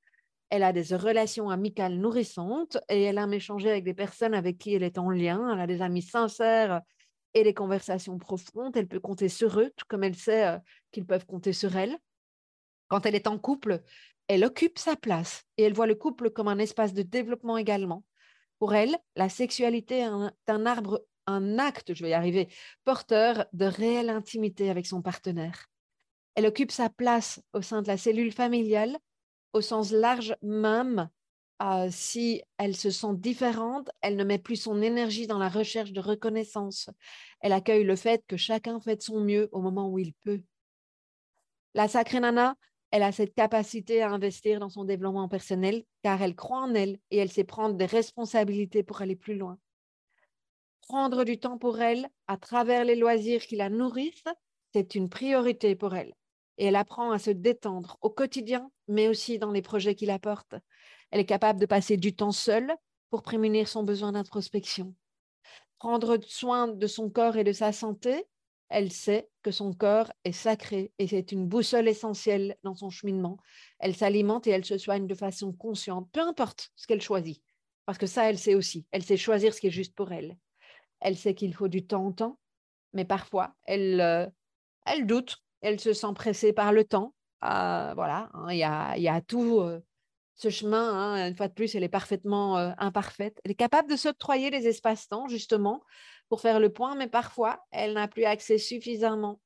Elle a des relations amicales nourrissantes et elle aime échanger avec des personnes avec qui elle est en lien. Elle a des amis sincères et des conversations profondes. Elle peut compter sur eux, tout comme elle sait qu'ils peuvent compter sur elle. Quand elle est en couple, elle occupe sa place et elle voit le couple comme un espace de développement également. Pour elle, la sexualité est un acte, je vais y arriver, porteur de réelle intimité avec son partenaire. Elle occupe sa place au sein de la cellule familiale, au sens large même. Si elle se sent différente, elle ne met plus son énergie dans la recherche de reconnaissance. Elle accueille le fait que chacun fait de son mieux au moment où il peut. La sacrée nana, elle a cette capacité à investir dans son développement personnel car elle croit en elle et elle sait prendre des responsabilités pour aller plus loin. Prendre du temps pour elle à travers les loisirs qui la nourrissent, c'est une priorité pour elle. Et elle apprend à se détendre au quotidien, mais aussi dans les projets qui la portent. Elle est capable de passer du temps seule pour prémunir son besoin d'introspection. Prendre soin de son corps et de sa santé, elle sait que son corps est sacré et c'est une boussole essentielle dans son cheminement. Elle s'alimente et elle se soigne de façon consciente, peu importe ce qu'elle choisit. Parce que ça, elle sait aussi. Elle sait choisir ce qui est juste pour elle. Elle sait qu'il faut du temps au temps, mais parfois, elle doute. Elle se sent pressée par le temps. Voilà, hein, il y a tout ce chemin. Hein, une fois de plus, elle est parfaitement imparfaite. Elle est capable de s'octroyer les espaces-temps, justement, pour faire le point, mais parfois, elle n'a plus accès suffisamment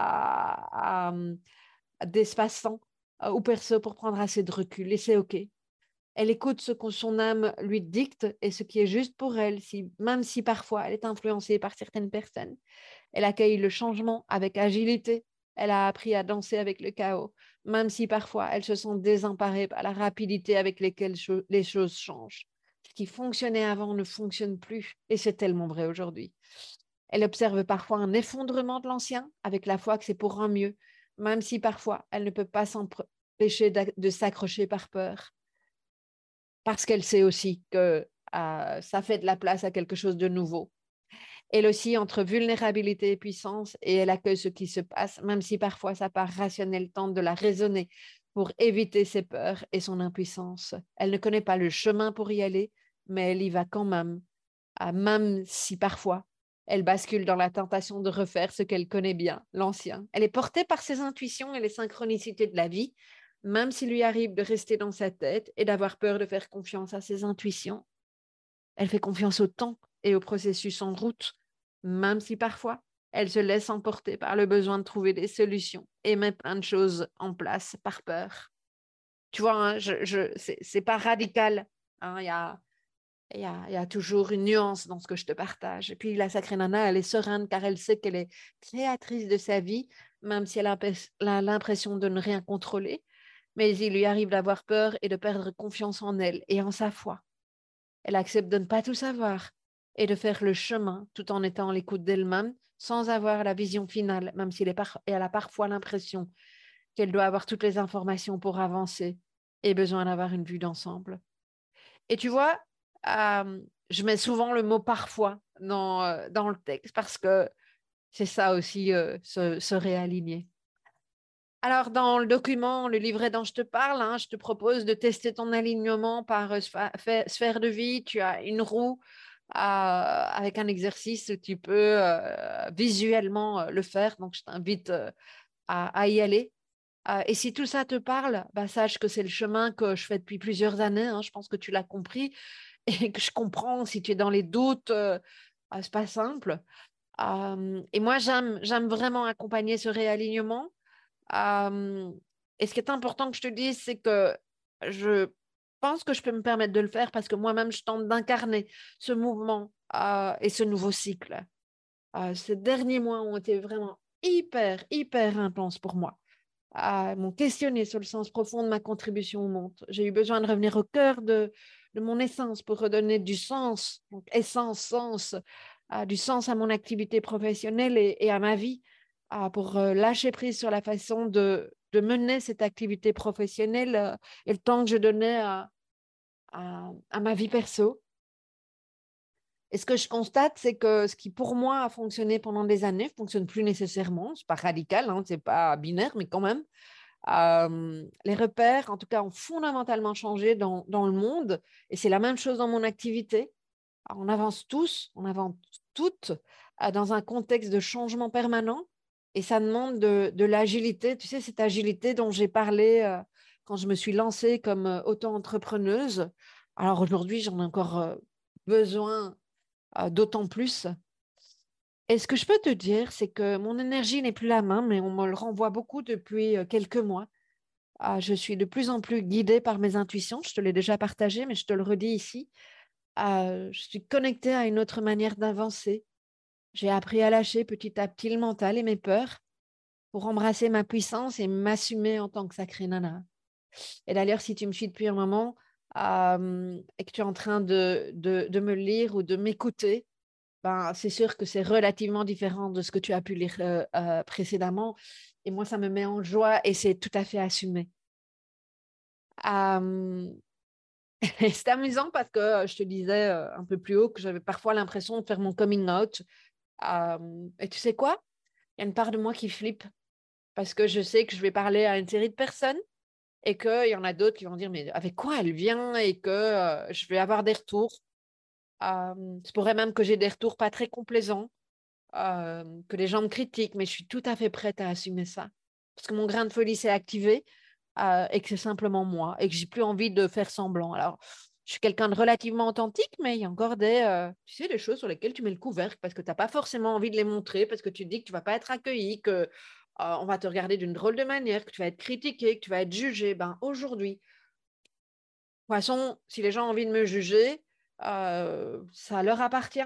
à d'espace-temps ou perso pour prendre assez de recul. Et c'est OK. Elle écoute ce que son âme lui dicte et ce qui est juste pour elle, même si parfois elle est influencée par certaines personnes. Elle accueille le changement avec agilité. Elle a appris à danser avec le chaos, même si parfois elle se sent désemparée par la rapidité avec laquelle les choses changent. Ce qui fonctionnait avant ne fonctionne plus, et c'est tellement vrai aujourd'hui. Elle observe parfois un effondrement de l'ancien, avec la foi que c'est pour un mieux, même si parfois elle ne peut pas s'empêcher de s'accrocher par peur parce qu'elle sait aussi que ça fait de la place à quelque chose de nouveau. Elle aussi entre vulnérabilité et puissance et elle accueille ce qui se passe, même si parfois sa part rationnelle tente de la raisonner pour éviter ses peurs et son impuissance. Elle ne connaît pas le chemin pour y aller, mais elle y va quand même si parfois elle bascule dans la tentation de refaire ce qu'elle connaît bien, l'ancien. Elle est portée par ses intuitions et les synchronicités de la vie, même s'il lui arrive de rester dans sa tête et d'avoir peur de faire confiance à ses intuitions. Elle fait confiance au temps et au processus en route, même si parfois elle se laisse emporter par le besoin de trouver des solutions et met plein de choses en place par peur. Tu vois, hein, c'est pas radical. Hein, il y a toujours une nuance dans ce que je te partage. Et puis la sacrée nana, elle est sereine car elle sait qu'elle est créatrice de sa vie, même si elle a l'impression de ne rien contrôler. Mais il lui arrive d'avoir peur et de perdre confiance en elle et en sa foi. Elle accepte de ne pas tout savoir et de faire le chemin tout en étant à l'écoute d'elle-même, sans avoir la vision finale, même si elle a parfois l'impression qu'elle doit avoir toutes les informations pour avancer et besoin d'avoir une vue d'ensemble. Et tu vois, je mets souvent le mot parfois dans le texte parce que c'est ça aussi, se réaligner. Alors, dans le document, le livret dont je te parle, hein, je te propose de tester ton alignement par sphère de vie. Tu as une roue avec un exercice où tu peux visuellement le faire. Donc, je t'invite à y aller. Et si tout ça te parle, bah, sache que c'est le chemin que je fais depuis plusieurs années. Hein, je pense que tu l'as compris et que je comprends si tu es dans les doutes. C'est pas simple. Et moi, j'aime vraiment accompagner ce réalignement. Euh, et ce qui est important que je te dise, c'est que je pense que je peux me permettre de le faire parce que moi-même, je tente d'incarner ce mouvement et ce nouveau cycle. Ces derniers mois ont été vraiment hyper intenses pour moi. M'ont questionné sur le sens profond de ma contribution au monde. J'ai eu besoin de revenir au cœur de mon essence pour redonner du sens, donc essence, sens, du sens à mon activité professionnelle et à ma vie, pour lâcher prise sur la façon de mener cette activité professionnelle et le temps que je donnais à ma vie perso. Et ce que je constate, c'est que ce qui pour moi a fonctionné pendant des années ne fonctionne plus nécessairement. C'est pas radical, hein, c'est pas binaire, mais quand même. Les repères, en tout cas, ont fondamentalement changé dans le monde et c'est la même chose dans mon activité. Alors, on avance tous, on avance toutes dans un contexte de changement permanent et ça demande de l'agilité. Tu sais, cette agilité dont j'ai parlé quand je me suis lancée comme auto-entrepreneuse. Alors aujourd'hui, j'en ai encore besoin d'autant plus. Et ce que je peux te dire, c'est que mon énergie n'est plus la même, mais on me le renvoie beaucoup depuis quelques mois. Je suis de plus en plus guidée par mes intuitions. Je te l'ai déjà partagé, mais je te le redis ici. Je suis connectée à une autre manière d'avancer. J'ai appris à lâcher petit à petit le mental et mes peurs pour embrasser ma puissance et m'assumer en tant que sacrée nana. Et d'ailleurs, si tu me suis depuis un moment et que tu es en train de me lire ou de m'écouter, ben, c'est sûr que c'est relativement différent de ce que tu as pu lire précédemment. Et moi, ça me met en joie et c'est tout à fait assumé. Euh, et c'est amusant parce que je te disais un peu plus haut que j'avais parfois l'impression de faire mon coming out. Et tu sais quoi? Il y a une part de moi qui flippe parce que je sais que je vais parler à une série de personnes et qu'il y en a d'autres qui vont dire mais avec quoi elle vient et que je vais avoir des retours. C'est pourrait même que j'ai des retours pas très complaisants, que les gens me critiquent, mais je suis tout à fait prête à assumer ça. Parce que mon grain de folie s'est activé et que c'est simplement moi et que j'ai plus envie de faire semblant. Alors, je suis quelqu'un de relativement authentique, mais il y a encore tu sais, des choses sur lesquelles tu mets le couvercle parce que tu n'as pas forcément envie de les montrer, parce que tu te dis que tu ne vas pas être accueilli, que on va te regarder d'une drôle de manière, que tu vas être critiqué, que tu vas être jugé. Ben, aujourd'hui, de toute façon, si les gens ont envie de me juger, ça leur appartient.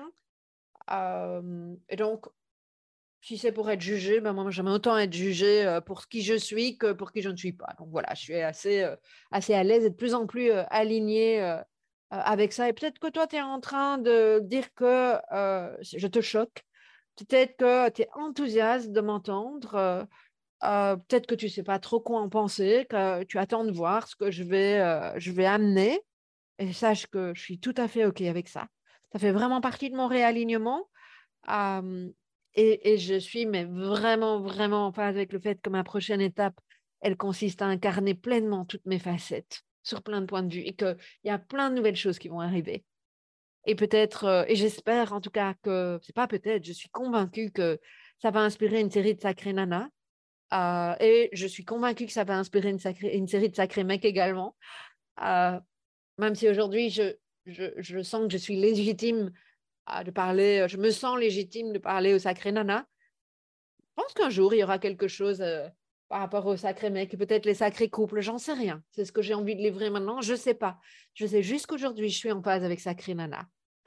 Et donc, si c'est pour être jugé, ben moi, j'aime autant être jugé pour qui je suis que pour qui je ne suis pas. Donc voilà, je suis assez à l'aise et de plus en plus alignée avec ça. Et peut-être que toi, tu es en train de dire que je te choque. Peut-être que tu es enthousiaste de m'entendre. Peut-être que tu ne sais pas trop quoi en penser, que tu attends de voir ce que je vais amener. Et sache que je suis tout à fait OK avec ça. Ça fait vraiment partie de mon réalignement. Euh, et je suis mais vraiment, vraiment en phase avec le fait que ma prochaine étape, elle consiste à incarner pleinement toutes mes facettes sur plein de points de vue et qu'il y a plein de nouvelles choses qui vont arriver. Et peut-être, et j'espère en tout cas que, c'est pas peut-être, je suis convaincue que ça va inspirer une série de sacrés nanas. Et je suis convaincue que ça va inspirer une série de sacrés mecs également. Euh, Même si aujourd'hui, je sens que je suis légitime de parler, je me sens légitime de parler au sacré nana. Je pense qu'un jour, il y aura quelque chose par rapport au sacré mec, peut-être les sacrés couples, j'en sais rien. C'est ce que j'ai envie de livrer maintenant, je ne sais pas. Je sais juste qu'aujourd'hui, je suis en phase avec sacré nana.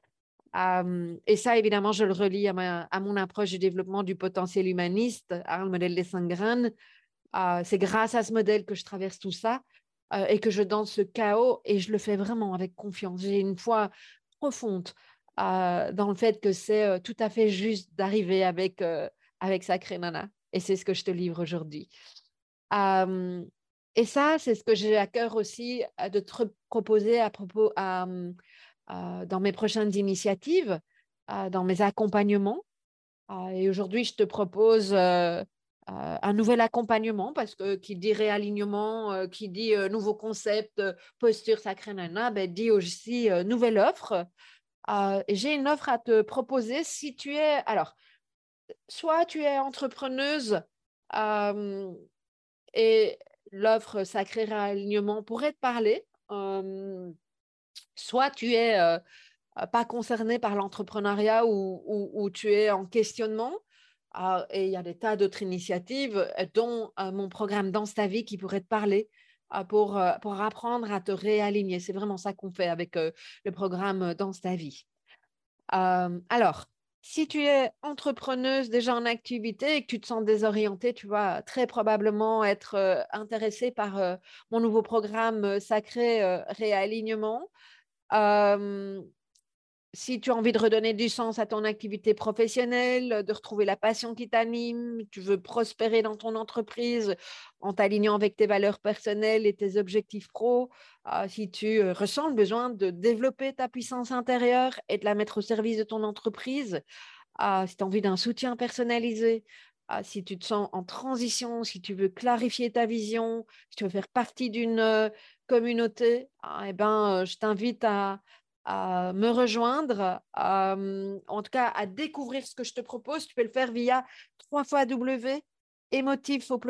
Et ça, évidemment, je le relie à mon approche du développement du potentiel humaniste, le modèle des 5 graines. C'est grâce à ce modèle que je traverse tout ça et que je danse ce chaos et je le fais vraiment avec confiance. J'ai une foi profonde dans le fait que c'est tout à fait juste d'arriver avec Sacré Nana. Et c'est ce que je te livre aujourd'hui. Euh, et ça, c'est ce que j'ai à cœur aussi de te proposer à propos dans mes prochaines initiatives, dans mes accompagnements. Et aujourd'hui, je te propose un nouvel accompagnement parce que qui dit réalignement, qui dit nouveau concept, posture sacrée nana, ben, dit aussi nouvelle offre. Et j'ai une offre à te proposer si tu es, alors, soit tu es entrepreneuse euh, et l'offre sacré réalignement pourrait te parler, soit tu es pas concerné par l'entrepreneuriat ou tu es en questionnement. Et il y a des tas d'autres initiatives, dont mon programme Danse ta vie qui pourrait te parler pour apprendre à te réaligner. C'est vraiment ça qu'on fait avec le programme Danse ta vie. Alors, si tu es entrepreneuse déjà en activité et que tu te sens désorientée, tu vas très probablement être intéressée par mon nouveau programme sacré réalignement. Euh, Si tu as envie de redonner du sens à ton activité professionnelle, de retrouver la passion qui t'anime, tu veux prospérer dans ton entreprise en t'alignant avec tes valeurs personnelles et tes objectifs pro, si tu ressens le besoin de développer ta puissance intérieure et de la mettre au service de ton entreprise, si tu as envie d'un soutien personnalisé, si tu te sens en transition, si tu veux clarifier ta vision, si tu veux faire partie d'une communauté, je t'invite à me rejoindre, en tout cas à découvrir ce que je te propose. Tu peux le faire via www.emotif au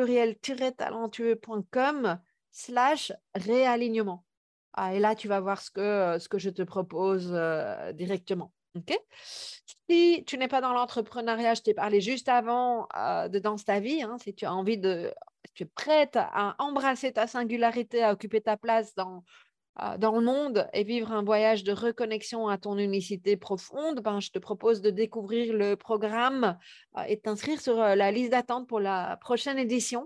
pluriel-talentueux.com/réalignement. Et là, tu vas voir ce que je te propose directement. OK? Si tu n'es pas dans l'entrepreneuriat, je t'ai parlé juste avant de Danse ta vie, hein, si tu as envie si tu es prête à embrasser ta singularité, à occuper ta place dans le monde et vivre un voyage de reconnexion à ton unicité profonde, je te propose de découvrir le programme et de t'inscrire sur la liste d'attente pour la prochaine édition.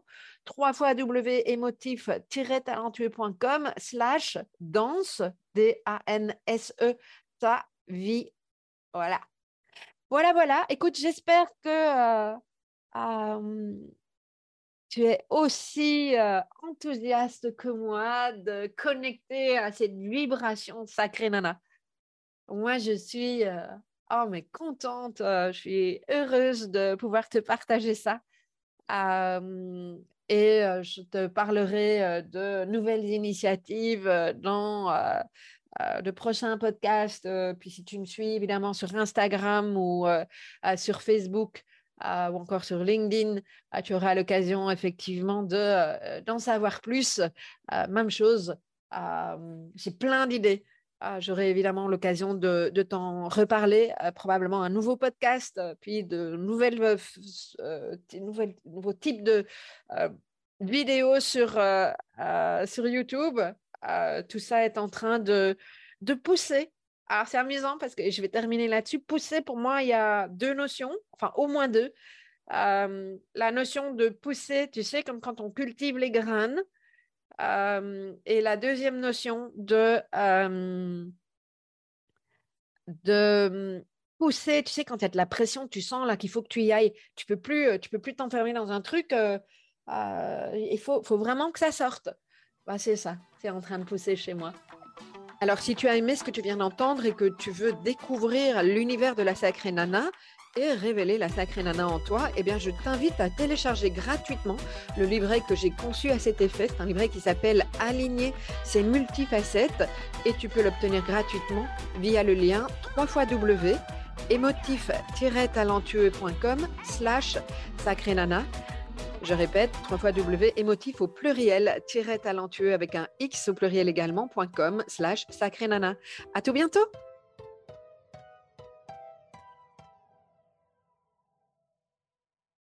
www.emotif-talentueux.com/danse, D-A-N-S-E, ta vie. Voilà. Voilà. Écoute, j'espère que tu es aussi enthousiaste que moi de connecter à cette vibration sacrée, Nana. Moi, je suis mais contente, je suis heureuse de pouvoir te partager ça. Je te parlerai de nouvelles initiatives dans de prochains podcasts. Puis si tu me suis évidemment sur Instagram ou sur Facebook ou encore sur LinkedIn, tu auras l'occasion effectivement d'en savoir plus. Même chose, j'ai plein d'idées. J'aurai évidemment l'occasion de t'en reparler, probablement un nouveau podcast, puis de nouveaux types de vidéos sur YouTube. Tout ça est en train de pousser. Alors, c'est amusant parce que je vais terminer là-dessus. Pousser, pour moi, il y a deux notions, enfin au moins deux. La notion de pousser, tu sais, comme quand on cultive les graines. Et la deuxième notion de pousser, tu sais, quand il y a de la pression, tu sens là qu'il faut que tu y ailles. Tu peux plus t'enfermer dans un truc. Il faut vraiment que ça sorte. C'est ça, c'est en train de pousser chez moi. Alors, si tu as aimé ce que tu viens d'entendre et que tu veux découvrir l'univers de la Sacrée Nana et révéler la Sacrée Nana en toi, je t'invite à télécharger gratuitement le livret que j'ai conçu à cet effet. C'est un livret qui s'appelle « Aligner ses multifacettes » et tu peux l'obtenir gratuitement via le lien www.emotif-talentueux.com/Sacrée Nana. Je répète, www.emotif au pluriel-talentueux avec un X au pluriel également.com/Sacrée Nana. À tout bientôt!